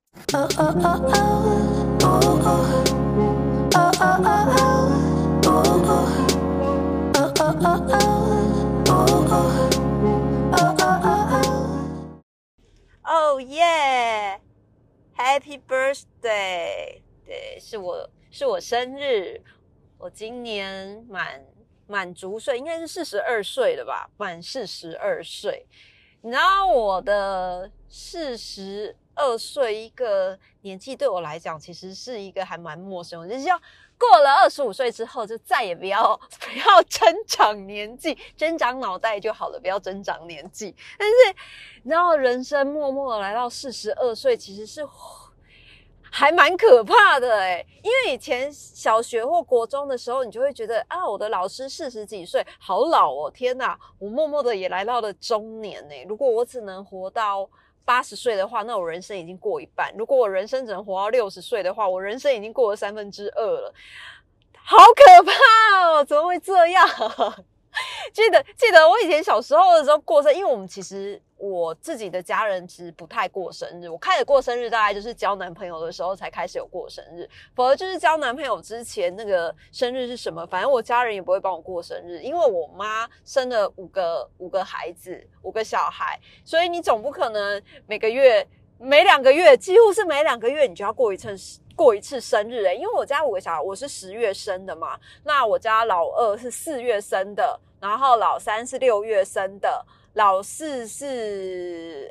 Oh yeah! Happy birthday! 对，是我生日，我今年满足岁，应该是42岁了吧？满42岁。你知道我的42岁一个年纪对我来讲，其实是一个还蛮陌生的，就是要过了25岁之后，就再也不要增长年纪，增长脑袋就好了，不要增长年纪。但是你知道，人生默默的来到42岁，其实是还蛮可怕的因为以前小学或国中的时候，你就会觉得啊，我的老师40几岁，好老哦，天哪！我默默的也来到了中年如果我只能活到80岁的话，那我人生已经过一半；如果我人生只能活到60岁的话，我人生已经过了2/3了，好可怕哦！怎么会这样？记得我以前小时候的时候过生，因为我自己的家人其实不太过生日，我开始过生日大概就是交男朋友的时候才开始有过生日，否则就是交男朋友之前那个生日是什么，反正我家人也不会帮我过生日，因为我妈生了五个孩子，5个小孩，所以你总不可能每2个月，几乎是每2个月你就要过一次生日因为我家5个小孩，我是10月生的嘛，那我家老2是4月生的，然后老3是6月生的，老4是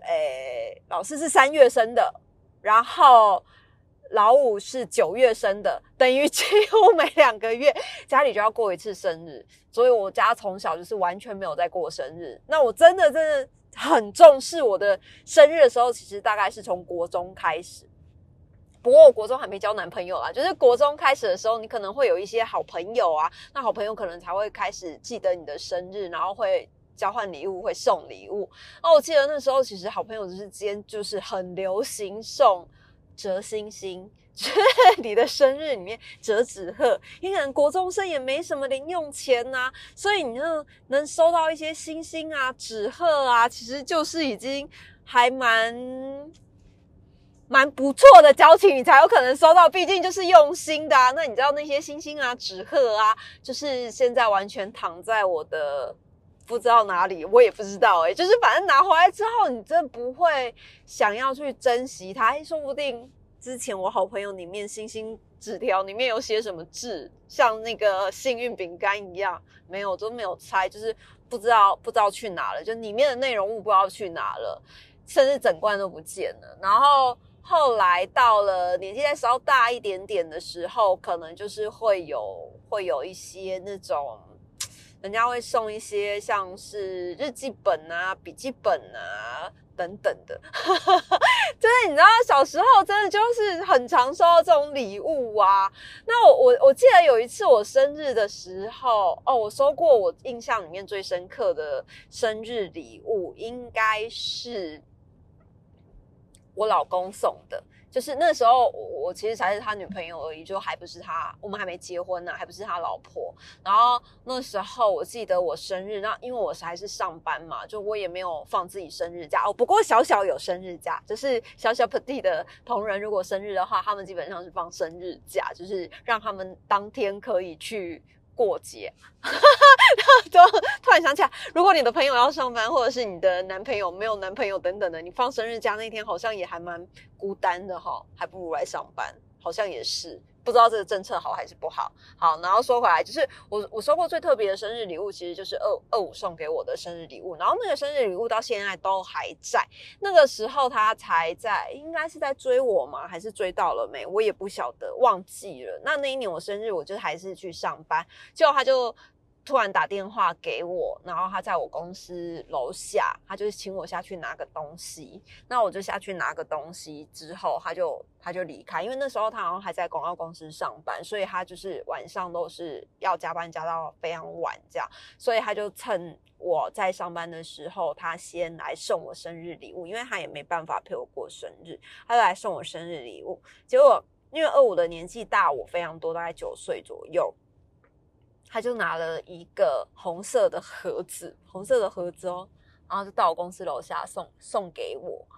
3月生的，然后老5是9月生的，等于几乎每2个月家里就要过一次生日，所以我家从小就是完全没有在过生日。那我真的很重视我的生日的时候，其实大概是从国中开始。不过我国中还没交男朋友啦，就是国中开始的时候，你可能会有一些好朋友啊，那好朋友可能才会开始记得你的生日，然后会交换礼物，会送礼物。我记得那时候其实好朋友之间就是很流行送折星星，就是你的生日里面折纸鹤，因为可能国中生也没什么零用钱啊，所以你就能收到一些星星啊、纸鹤啊，其实就是已经还蛮不错的交情，你才有可能收到，毕竟就是用心的啊。那你知道那些星星啊、纸鹤啊，就是现在完全躺在我的不知道哪里，我也不知道就是反正拿回来之后，你真的不会想要去珍惜它，说不定之前我好朋友里面星星纸条里面有写什么字，像那个幸运饼干一样，没有，都没有拆，就是不知道去哪了，就里面的内容物不知道去哪了，甚至整罐都不见了。然后来到了年纪再稍大一点点的时候，可能就是会有一些那种人家会送一些像是日记本啊、笔记本啊等等的就是你知道小时候真的就是很常收到这种礼物啊。那我记得有一次我生日的时候我收过我印象里面最深刻的生日礼物，应该是我老公送的，就是那时候我其实才是他女朋友而已，就还不是他，我们还没结婚呢，还不是他老婆。然后那时候我记得我生日，那因为我还是上班嘛，就我也没有放自己生日假不过小有生日假，就是小 petit 的同仁如果生日的话，他们基本上是放生日假，就是让他们当天可以去过节就突然想起来，如果你的朋友要上班，或者是你的男朋友没有男朋友等等的，你放生日假那天好像也还蛮孤单的还不如来上班，好像也是。不知道这个政策好还是不好。好，然后说回来，就是我收过最特别的生日礼物，其实就是25送给我的生日礼物，然后那个生日礼物到现在都还在。那个时候他才在，应该是在追我吗？还是追到了没？我也不晓得，忘记了。那一年我生日，我就还是去上班，结果他就突然打电话给我，然后他在我公司楼下，他就请我下去拿个东西。那我就下去拿个东西之后，他就离开，因为那时候他好像还在广告公司上班，所以他就是晚上都是要加班加到非常晚这样，所以他就趁我在上班的时候，他先来送我生日礼物，因为他也没办法陪我过生日，他就来送我生日礼物。结果因为25的年纪大我非常多，大概9岁左右，他就拿了一个红色的盒子然后就到我公司楼下送给我。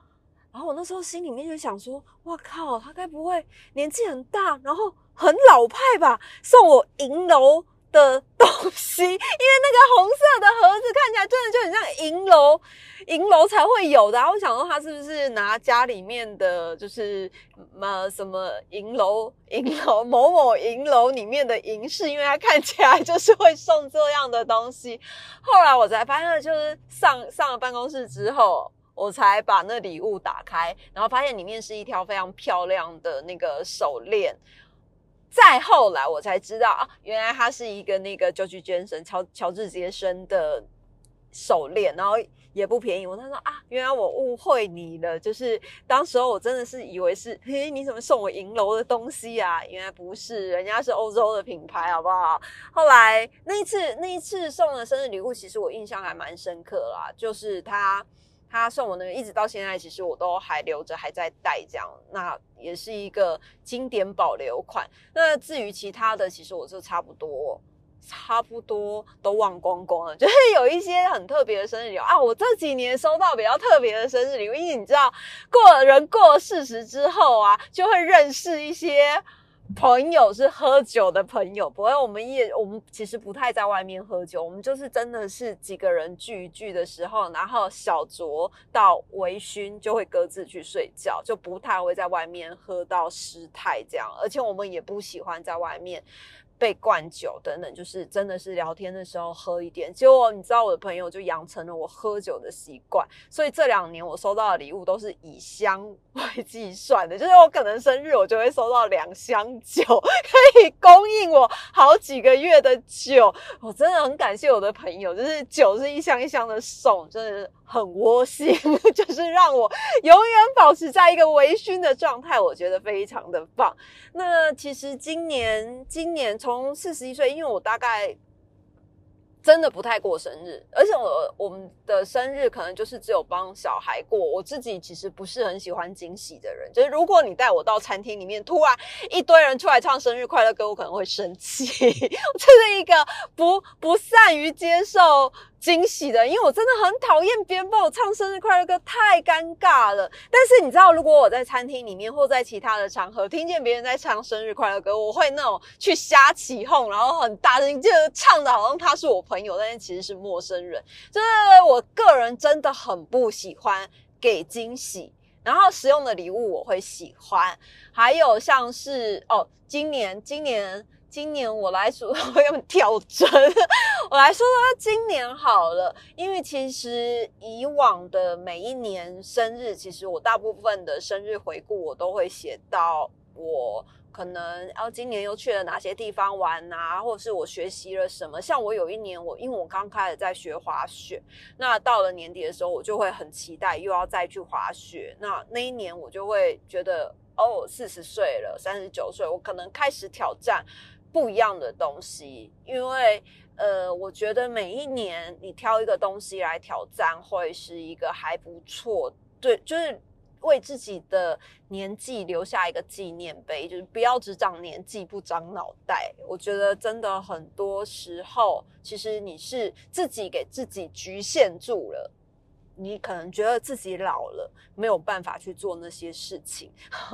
然后我那时候心里面就想说，哇靠，他该不会年纪很大，然后很老派吧，送我银楼的东西，因为那个红色的盒子看起来真的就很像银楼才会有的。然后我想说他是不是拿家里面的就是什么银楼某某银楼里面的银饰，因为它看起来就是会送这样的东西。后来我才发现，就是上了办公室之后，我才把那礼物打开，然后发现里面是一条非常漂亮的那个手链。再后来我才知道啊，原来它是一个那个George Jensen乔治杰森的手链，然后也不便宜。我那时候啊，原来我误会你了，就是当时候我真的是以为是，嘿，你怎么送我银楼的东西啊？原来不是，人家是欧洲的品牌，好不好？后来那一次送的生日礼物，其实我印象还蛮深刻啦，就是他送我那个，一直到现在，其实我都还留着，还在戴这样。那也是一个经典保留款。那至于其他的，其实我就差不多都忘光光了。就是有一些很特别的生日礼物啊，我这几年收到比较特别的生日礼物，因为你知道，过了40之后啊，就会认识一些朋友，是喝酒的朋友。不过我们其实不太在外面喝酒，我们就是真的是几个人聚一聚的时候，然后小酌到微醺就会各自去睡觉，就不太会在外面喝到失态这样。而且我们也不喜欢在外面被灌酒等等，就是真的是聊天的时候喝一点。结果你知道我的朋友就养成了我喝酒的习惯，所以这2年我收到的礼物都是以箱为计算的，就是我可能生日我就会收到2箱酒，可以供应我好几个月的酒。我真的很感谢我的朋友，就是酒是一箱一箱的送，真的很窝心，就是让我永远保持在一个微醺的状态，我觉得非常的棒。那其实今年从41岁，因为我大概真的不太过生日，而且我们的生日可能就是只有帮小孩过。我自己其实不是很喜欢惊喜的人，就是如果你带我到餐厅里面，突然一堆人出来唱生日快乐歌，我可能会生气。我是一个不善于接受惊喜的，因为我真的很讨厌别人帮我唱生日快乐歌，太尴尬了。但是你知道，如果我在餐厅里面或在其他的场合听见别人在唱生日快乐歌，我会那种去瞎起哄，然后很大声，就唱的好像他是我朋友，但是其实是陌生人。就是我个人真的很不喜欢给惊喜，然后实用的礼物我会喜欢。还有像是今年我来说，我有点跳针。我来说说今年好了，因为其实以往的每一年生日，其实我大部分的生日回顾我都会写到我可能今年又去了哪些地方玩啊，或者是我学习了什么。像我有一年因为我刚开始在学滑雪，那到了年底的时候我就会很期待又要再去滑雪。那一年我就会觉得40岁了，39岁，我可能开始挑战不一样的东西。因为我觉得每一年你挑一个东西来挑战会是一个还不错，对，就是为自己的年纪留下一个纪念碑，就是不要只长年纪不长脑袋。我觉得真的很多时候其实你是自己给自己局限住了，你可能觉得自己老了没有办法去做那些事情。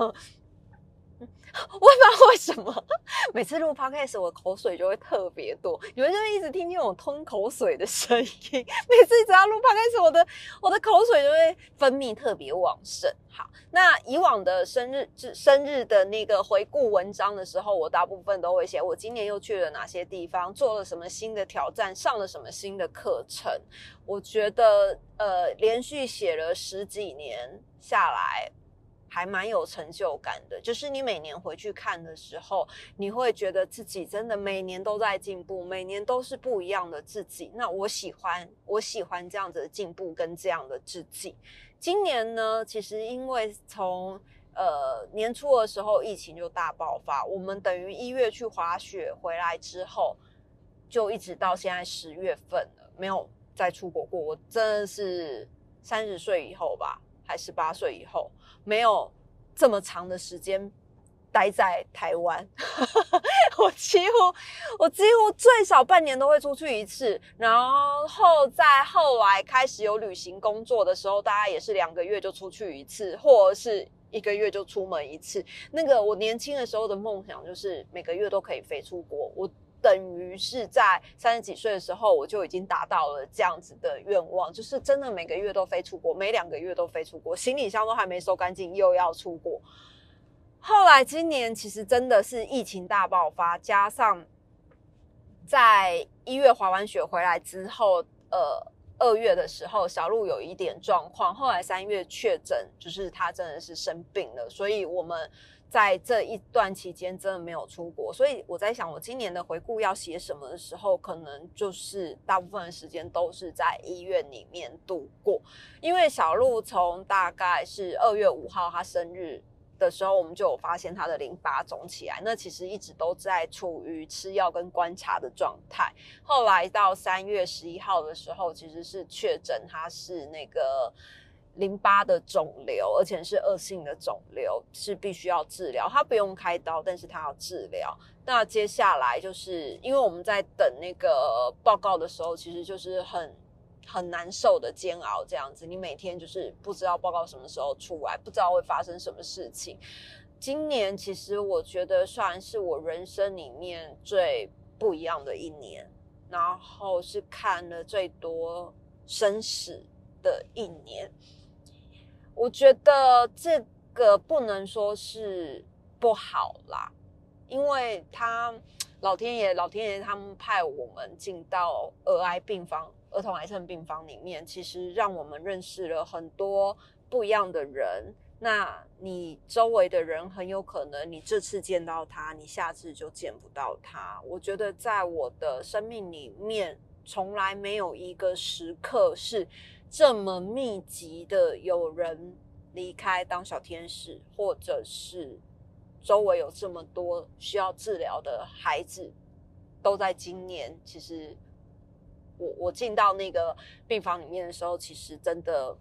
我不知道为什么每次录 podcast 我口水就会特别多，你们就会一直听见我吞口水的声音。每次只要录 podcast 我的口水就会分泌特别旺盛。好，那以往的生日的那个回顾文章的时候，我大部分都会写我今年又去了哪些地方，做了什么新的挑战，上了什么新的课程。我觉得连续写了10几年下来还蛮有成就感的，就是你每年回去看的时候，你会觉得自己真的每年都在进步，每年都是不一样的自己。那我喜欢这样子的进步跟这样的自己。今年呢，其实因为从年初的时候疫情就大爆发，我们等于1月去滑雪回来之后，就一直到现在10月份了，没有再出国过。我真的是30岁以后吧，还18岁以后，没有这么长的时间待在台湾。我几乎最少半年都会出去一次，然后在后来开始有旅行工作的时候，大概也是2个月就出去一次，或者是1个月就出门一次。那个我年轻的时候的梦想就是每个月都可以飞出国，我等于是在30几岁的时候我就已经达到了这样子的愿望，就是真的每个月都飞出国，每2个月都飞出国，行李箱都还没收干净又要出国。后来今年其实真的是疫情大爆发，加上在1月滑完雪回来之后2月的时候小鹿有一点状况，后来3月确诊，就是他真的是生病了，所以我们在这一段期间真的没有出国。所以我在想我今年的回顾要写什么的时候，可能就是大部分的时间都是在医院里面度过。因为小鹿从大概是2月5号他生日的时候，我们就有发现他的淋巴肿起来，那其实一直都在处于吃药跟观察的状态。后来到3月11号的时候，其实是确诊他是那个淋巴的肿瘤，而且是恶性的肿瘤，是必须要治疗。他不用开刀，但是他要治疗。那接下来就是因为我们在等那个报告的时候，其实就是很难受的煎熬这样子，你每天就是不知道报告什么时候出来，不知道会发生什么事情。今年其实我觉得算是我人生里面最不一样的一年，然后是看了最多生死的一年。我觉得这个不能说是不好啦，因为老天爷他们派我们进到儿童癌症病房里面，其实让我们认识了很多不一样的人。那你周围的人很有可能你这次见到他，你下次就见不到他。我觉得在我的生命里面从来没有一个时刻是这么密集的有人离开当小天使，或者是周围有这么多需要治疗的孩子，都在今年。其实我进到那个病房里面的时候，其实真的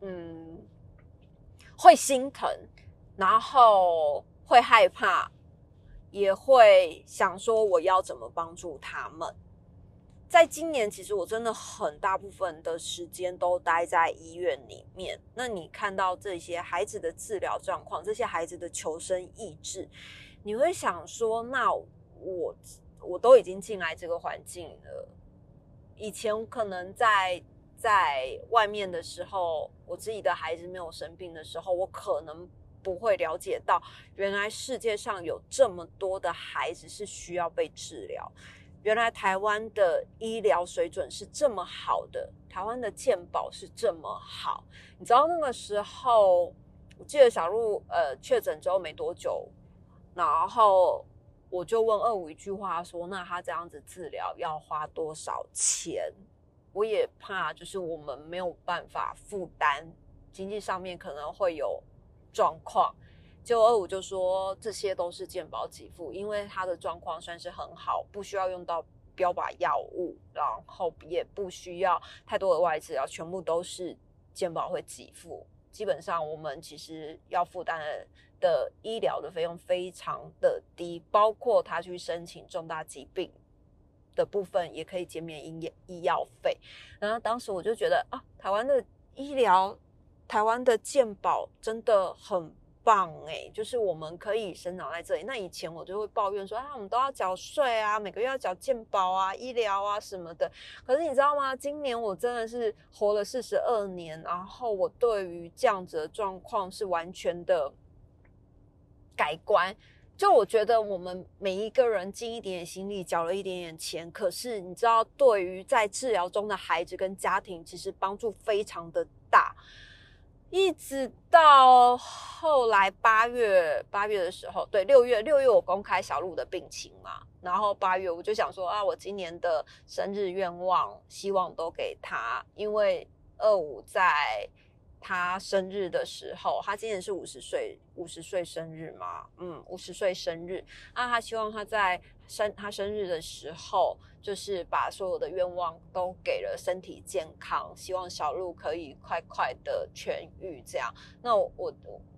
会心疼，然后会害怕，也会想说我要怎么帮助他们。在今年其实我真的很大部分的时间都待在医院里面，那你看到这些孩子的治疗状况，这些孩子的求生意志，你会想说那我都已经进来这个环境了，以前可能在外面的时候，我自己的孩子没有生病的时候，我可能不会了解到原来世界上有这么多的孩子是需要被治疗，原来台湾的医疗水准是这么好的，台湾的健保是这么好。你知道那个时候我记得小鹿确诊之后没多久，然后我就问25一句话说，那他这样子治疗要花多少钱？我也怕就是我们没有办法负担，经济上面可能会有状况。结果25就说这些都是健保给付，因为他的状况算是很好，不需要用到标靶药物，然后也不需要太多额外治疗，全部都是健保会给付。基本上我们其实要负担的医疗的费用非常的低，包括他去申请重大疾病的部分也可以减免医药费。然后当时我就觉得台湾的医疗，台湾的健保真的很棒就是我们可以生长在这里。那以前我就会抱怨说我们都要缴税啊，每个月要缴健保啊、医疗啊什么的。可是你知道吗？今年我真的是活了42年，然后我对于这样子的状况是完全的改观。就我觉得我们每一个人尽一点点心力，缴了一点点钱，可是你知道对于在治疗中的孩子跟家庭其实帮助非常的大。一直到后来8月的时候，对6月我公开小鹿的病情嘛，然后8月我就想说我今年的生日愿望希望都给他，因为25在他生日的时候，他今年是50岁生日嘛，50岁生日，他希望他在他生日的时候，就是把所有的愿望都给了身体健康，希望小鹿可以快快的痊愈这样。那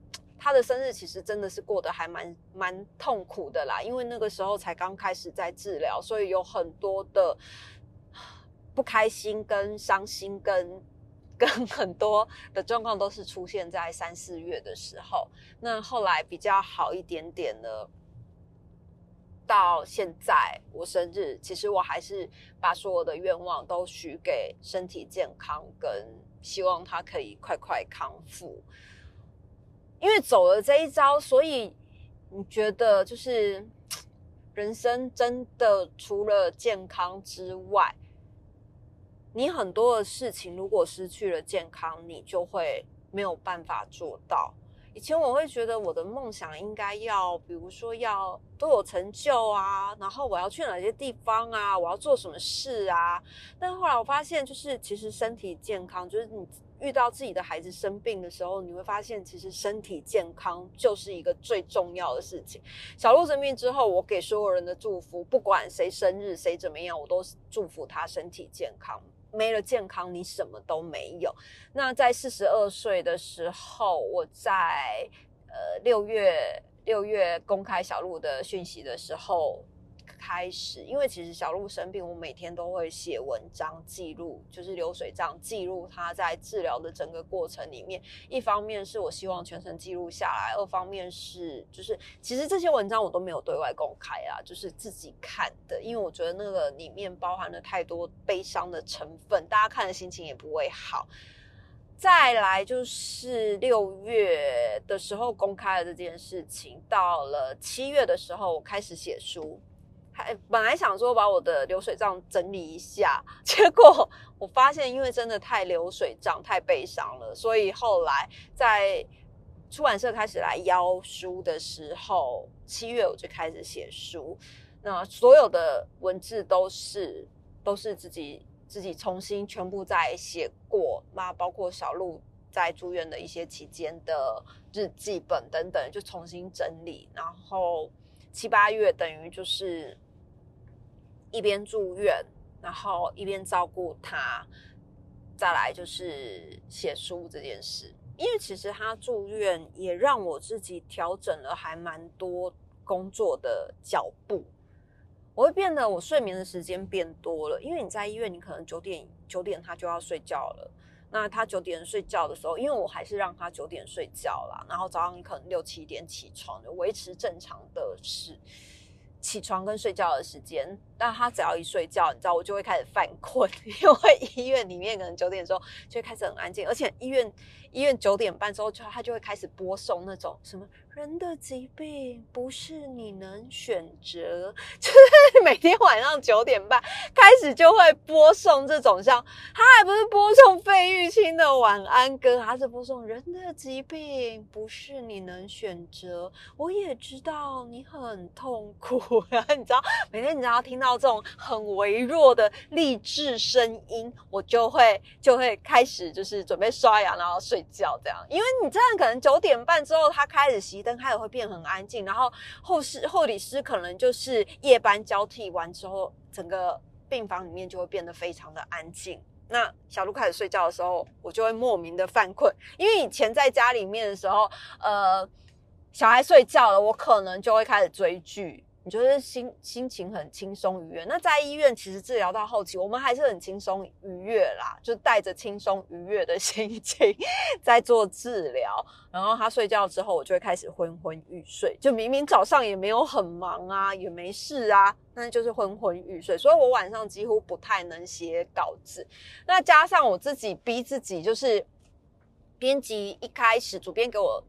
他的生日其实真的是过得还蛮痛苦的啦，因为那个时候才刚开始在治疗，所以有很多的不开心跟伤心跟很多的状况都是出现在3、4月的时候。那后来比较好一点点了，到现在我生日，其实我还是把所有的愿望都许给身体健康，跟希望他可以快快康复。因为走了这一招，所以你觉得就是人生真的除了健康之外，你很多的事情如果失去了健康，你就会没有办法做到。以前我会觉得我的梦想应该要，比如说要都有成就啊，然后我要去哪些地方啊，我要做什么事啊。但后来我发现，就是其实身体健康，就是你遇到自己的孩子生病的时候，你会发现其实身体健康就是一个最重要的事情。小鹿生病之后，我给所有人的祝福，不管谁生日谁怎么样，我都祝福他身体健康。没了健康，你什么都没有。那在42岁的时候，我在6月公开小鹿的讯息的时候开始，因为其实小鹿生病，我每天都会写文章记录，就是流水账记录他在治疗的整个过程里面。一方面是我希望全程记录下来，二方面是就是其实这些文章我都没有对外公开啦，就是自己看的，因为我觉得那个里面包含了太多悲伤的成分，大家看的心情也不会好。再来就是6月的时候公开了这件事情，到了7月的时候我开始写书。本来想说把我的流水账整理一下，结果我发现因为真的太流水账太悲伤了，所以后来在出版社开始来邀书的时候，7月我就开始写书。那所有的文字都是自己重新全部再写过，那包括小鹿在住院的一些期间的日记本等等，就重新整理。然后7、8月等于就是一边住院，然后一边照顾他，再来就是写书这件事。因为其实他住院也让我自己调整了还蛮多工作的脚步，我会变得我睡眠的时间变多了。因为你在医院，你可能9点他就要睡觉了。那他9点睡觉的时候，因为我还是让他9点睡觉啦，然后早上你可能6、7点起床，就维持正常的起床跟睡觉的时间。但他只要一睡觉，你知道我就会开始犯困，因为医院里面可能9点的时候就会开始很安静，而且医院9点半之后他就会开始播送那种什么人的疾病不是你能选择，就是每天晚上9点半开始就会播送这种，像他还不是播送费玉清的晚安歌，他是播送人的疾病不是你能选择，我也知道你很痛苦。然后你知道每天你只要听到这种很微弱的励志声音，我就会开始就是准备刷牙然后睡觉这样。因为你这样可能9点半之后他开始熄灯，他也会变很安静，然后护理师可能就是夜班交替完之后，整个病房里面就会变得非常的安静。那小鹿开始睡觉的时候，我就会莫名的犯困，因为以前在家里面的时候，小孩睡觉了，我可能就会开始追剧，你就是心情很轻松愉悦。那在医院其实治疗到后期，我们还是很轻松愉悦啦，就带着轻松愉悦的心情在做治疗。然后他睡觉之后，我就会开始昏昏欲睡，就明明早上也没有很忙啊，也没事啊，但就是昏昏欲睡，所以我晚上几乎不太能写稿子。那加上我自己逼自己，就是编辑一开始主编给我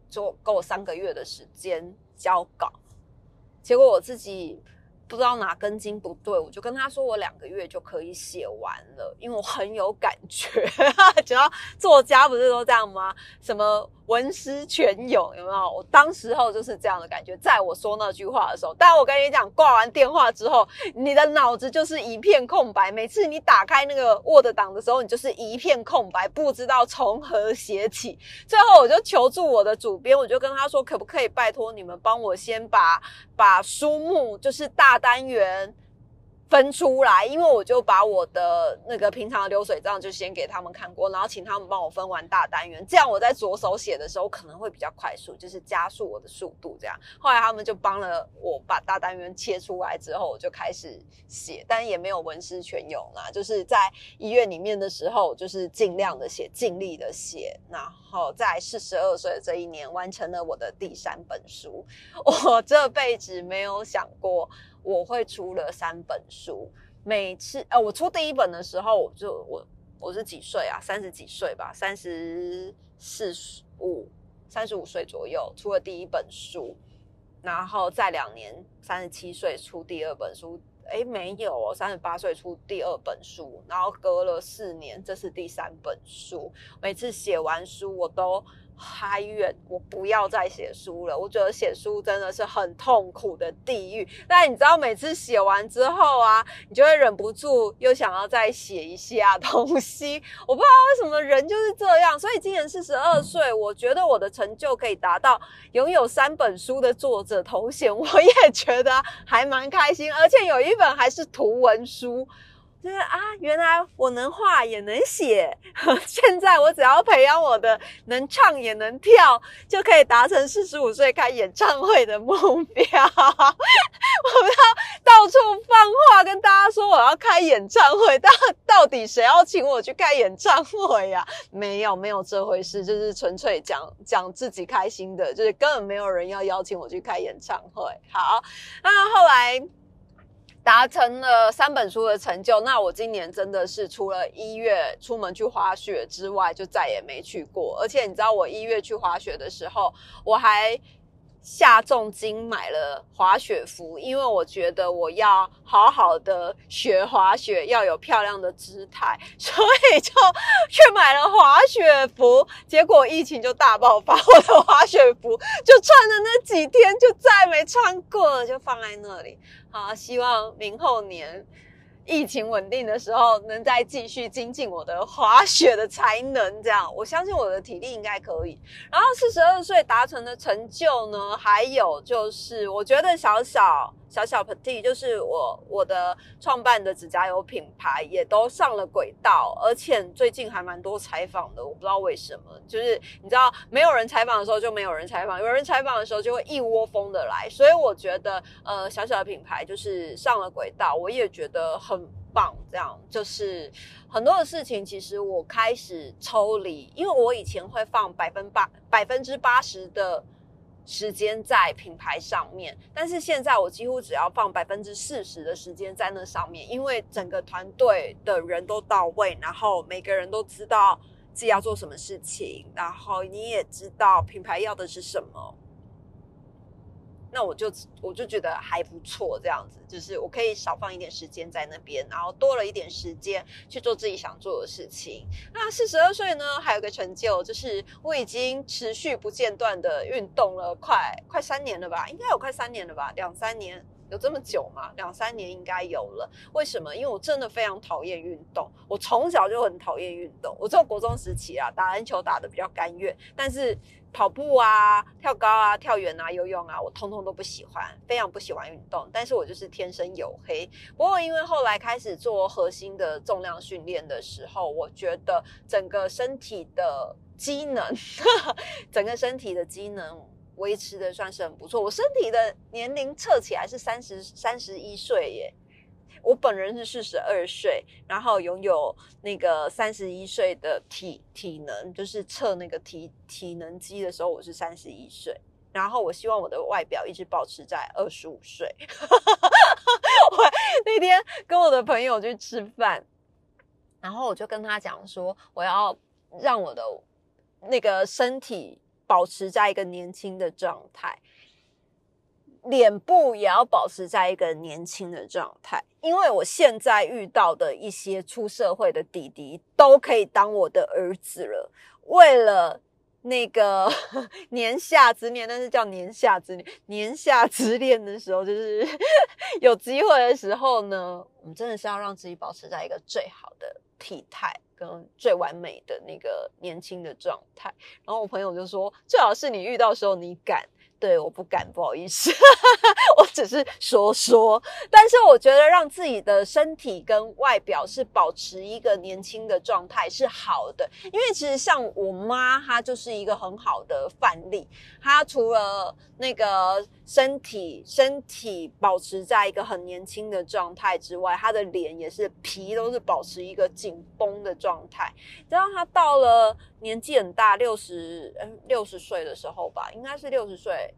3个月的时间交稿，结果我自己不知道哪根筋不对，我就跟他说我2个月就可以写完了，因为我很有感觉。只要作家不是都这样吗？什么文思泉涌，有没有？我当时候就是这样的感觉，在我说那句话的时候。但我跟你讲，挂完电话之后，你的脑子就是一片空白，每次你打开那个 Word 档的时候，你就是一片空白，不知道从何写起。最后我就求助我的主编，我就跟他说，可不可以拜托你们帮我先把书目就是大单元分出来，因为我就把我的那个平常的流水账就先给他们看过，然后请他们帮我分完大单元，这样我在着手写的时候可能会比较快速，就是加速我的速度这样。后来他们就帮了我把大单元切出来之后，我就开始写，但也没有文思泉涌啦，就是在医院里面的时候就是尽量的写，尽力的写，然后在42岁的这一年完成了我的第3本书。我这辈子没有想过我会出了3本书。每次我出第1本的时候，我是几岁啊？30几岁吧，35岁左右出了第1本书，然后再2年37岁出第2本书。没有哦，38岁出第2本书，然后隔了4年，这是第3本书。每次写完书我都还愿我不要再写书了，我觉得写书真的是很痛苦的地狱。但你知道每次写完之后啊，你就会忍不住又想要再写一下东西，我不知道为什么人就是这样。所以今年42岁，我觉得我的成就可以达到拥有3本书的作者头衔，我也觉得还蛮开心，而且有一本还是图文书，就是原来我能画也能写，现在我只要培养我的能唱也能跳，就可以达成45岁开演唱会的目标。我不要到处放话跟大家说我要开演唱会，到底谁要请我去开演唱会啊？没有这回事，就是纯粹讲自己开心的，就是根本没有人要邀请我去开演唱会。好，那后来达成了3本书的成就，那我今年真的是除了1月出门去滑雪之外，就再也没去过。而且你知道我1月去滑雪的时候，我还下重金买了滑雪服，因为我觉得我要好好的学滑雪，要有漂亮的姿态，所以就去买了滑雪服。结果疫情就大爆发，我的滑雪服就穿了那几天就再没穿过了，就放在那里。好，希望明后年疫情稳定的时候能再继续精进我的滑雪的才能，这样我相信我的体力应该可以。然后42岁达成的成就呢，还有就是我觉得小 Petit 就是我的创办的指甲油品牌也都上了轨道，而且最近还蛮多采访的，我不知道为什么，就是你知道没有人采访的时候就没有人采访，有人采访的时候就会一窝蜂的来，所以我觉得小的品牌就是上了轨道，我也觉得很棒。这样就是很多的事情其实我开始抽离，因为我以前会放80%的时间在品牌上面，但是现在我几乎只要放40%的时间在那上面，因为整个团队的人都到位，然后每个人都知道自己要做什么事情，然后你也知道品牌要的是什么，那我就觉得还不错，这样子就是我可以少放一点时间在那边，然后多了一点时间去做自己想做的事情。那42岁呢，还有个成就就是我已经持续不间断的运动了快3年了吧，应该有快3年了吧，2-3年。有这么久吗？2-3年应该有了。为什么？因为我真的非常讨厌运动，我从小就很讨厌运动。我只有国中时期打篮球打得比较甘愿，但是跑步啊、跳高啊、跳远啊、游泳啊，我通通都不喜欢，非常不喜欢运动。但是我就是天生黝黑。不过因为后来开始做核心的重量训练的时候，我觉得整个身体的机能维持的算是很不错。我身体的年龄测起来是31岁耶，我本人是42岁，然后拥有那个31岁的体能，就是测那个体能机的时候我是31岁，然后我希望我的外表一直保持在25岁。我那天跟我的朋友去吃饭，然后我就跟他讲说，我要让我的那个身体保持在一个年轻的状态，脸部也要保持在一个年轻的状态，因为我现在遇到的一些出社会的弟弟都可以当我的儿子了，为了那个年下之恋，但是叫年下之恋的时候，就是有机会的时候呢，我们真的是要让自己保持在一个最好的体态跟最完美的那个年轻的状态。然后我朋友就说，最好是你遇到的时候你敢， 对，我不敢，不好意思，我只是说。但是我觉得让自己的身体跟外表是保持一个年轻的状态是好的，因为其实像我妈，她就是一个很好的范例。她除了那个身体保持在一个很年轻的状态之外，她的脸也是皮都是保持一个紧绷的状态。然后她到了年纪很大，60岁的时候吧，应该是60岁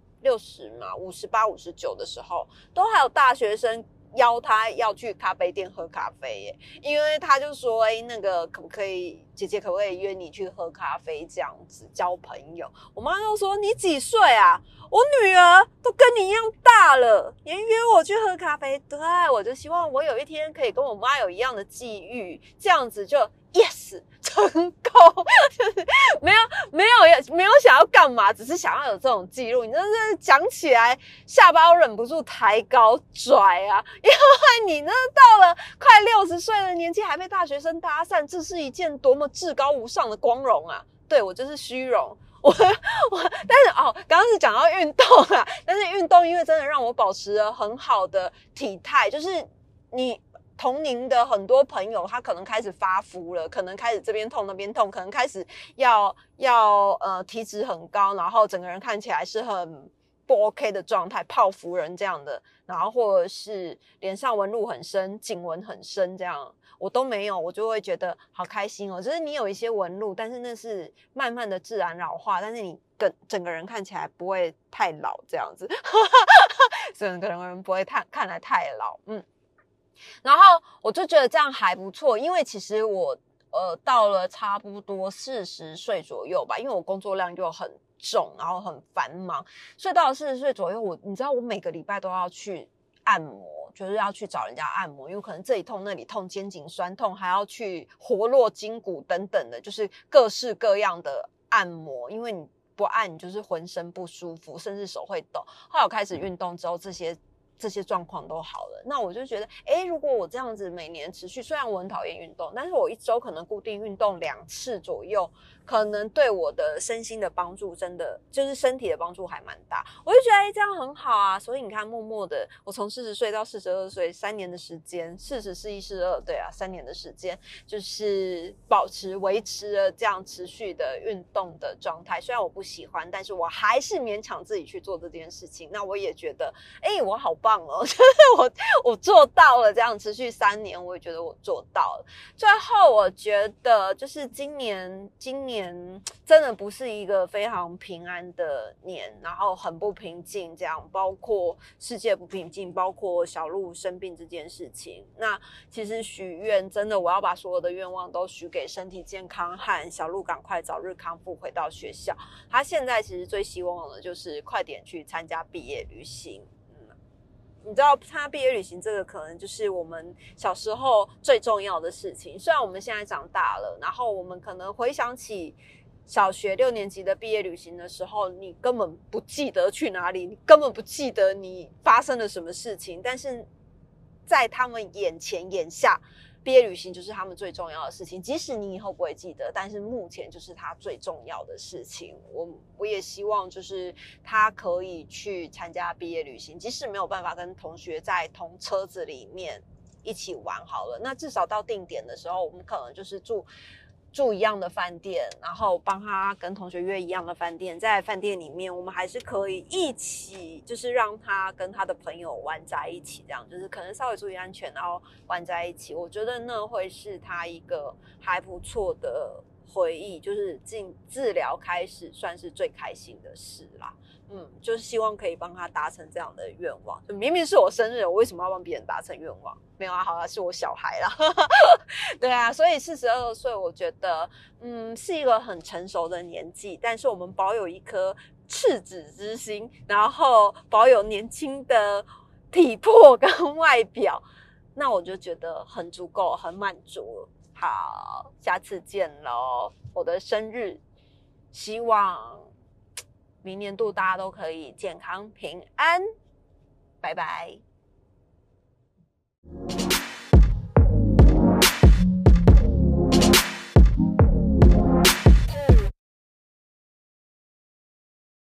，60嘛，58、59的时候，都还有大学生邀他要去咖啡店喝咖啡耶，因为他就说，那个可不可以，姐姐可不可以约你去喝咖啡这样子交朋友？我妈就说你几岁啊？我女儿都跟你一样大了，你约我去喝咖啡？对，我就希望我有一天可以跟我妈有一样的际遇，这样子就 yes 成功，就是没有想要干嘛，只是想要有这种记录。你真的讲起来下巴都忍不住抬高拽啊，因为你呢到了快60岁的年纪还被大学生搭讪，这是一件多么至高无上的光荣啊！对，我就是虚荣。但是刚刚是讲到运动啊，但是运动因为真的让我保持了很好的体态，就是你同龄的很多朋友，他可能开始发福了，可能开始这边痛那边痛，可能开始要体脂很高，然后整个人看起来是很不 OK 的状态，泡芙人这样的，然后或者是脸上纹路很深，颈纹很深这样。我都没有，我就会觉得好开心哦。就是你有一些纹路，但是那是慢慢的自然老化，但是你整个人看起来不会太老这样子，整个人不会看来太老，然后我就觉得这样还不错，因为其实我到了差不多40岁左右吧，因为我工作量就很重，然后很繁忙，所以到了40岁左右，你知道我每个礼拜都要去按摩，就是要去找人家按摩，因为可能这里痛那里痛，肩颈酸痛，还要去活络筋骨等等的，就是各式各样的按摩，因为你不按你就是浑身不舒服，甚至手会抖。后来我开始运动之后，这些状况都好了，那我就觉得如果我这样子每年持续，虽然我很讨厌运动，但是我1周可能固定运动2次左右，可能对我的身心的帮助真的就是身体的帮助还蛮大，我就觉得这样很好啊。所以你看默默的我从40岁到42岁3年的时间，40、41、42，对啊，3年的时间就是维持了这样持续的运动的状态。虽然我不喜欢，但是我还是勉强自己去做这件事情。那我也觉得我好棒哦，就是我做到了，这样持续3年，我也觉得我做到了。最后我觉得就是今年真的不是一个非常平安的年，然后很不平静，这样包括世界不平静，包括小鹿生病这件事情。那其实许愿真的，我要把所有的愿望都许给身体健康和小鹿赶快早日康复回到学校。他现在其实最希望的就是快点去参加毕业旅行。你知道参加毕业旅行这个可能就是我们小时候最重要的事情，虽然我们现在长大了，然后我们可能回想起小学6年级的毕业旅行的时候，你根本不记得去哪里，你根本不记得你发生了什么事情，但是在他们眼前眼下，毕业旅行就是他们最重要的事情，即使你以后不会记得，但是目前就是他最重要的事情。我也希望就是他可以去参加毕业旅行，即使没有办法跟同学在同车子里面一起玩好了，那至少到定点的时候，我们可能就是住一样的饭店，然后帮他跟同学约一样的饭店，在饭店里面我们还是可以一起，就是让他跟他的朋友玩在一起，这样就是可能稍微注意安全，然后玩在一起。我觉得那会是他一个还不错的回忆，就是治疗开始算是最开心的事啦。就是希望可以帮他达成这样的愿望。明明是我生日，我为什么要帮别人达成愿望？没有啊，好啦，是我小孩啦。对啊，所以42岁我觉得是一个很成熟的年纪，但是我们保有一颗赤子之心，然后保有年轻的体魄跟外表，那我就觉得很足够，很满足。好，下次见咯，我的生日，希望明年度大家都可以健康平安，拜拜。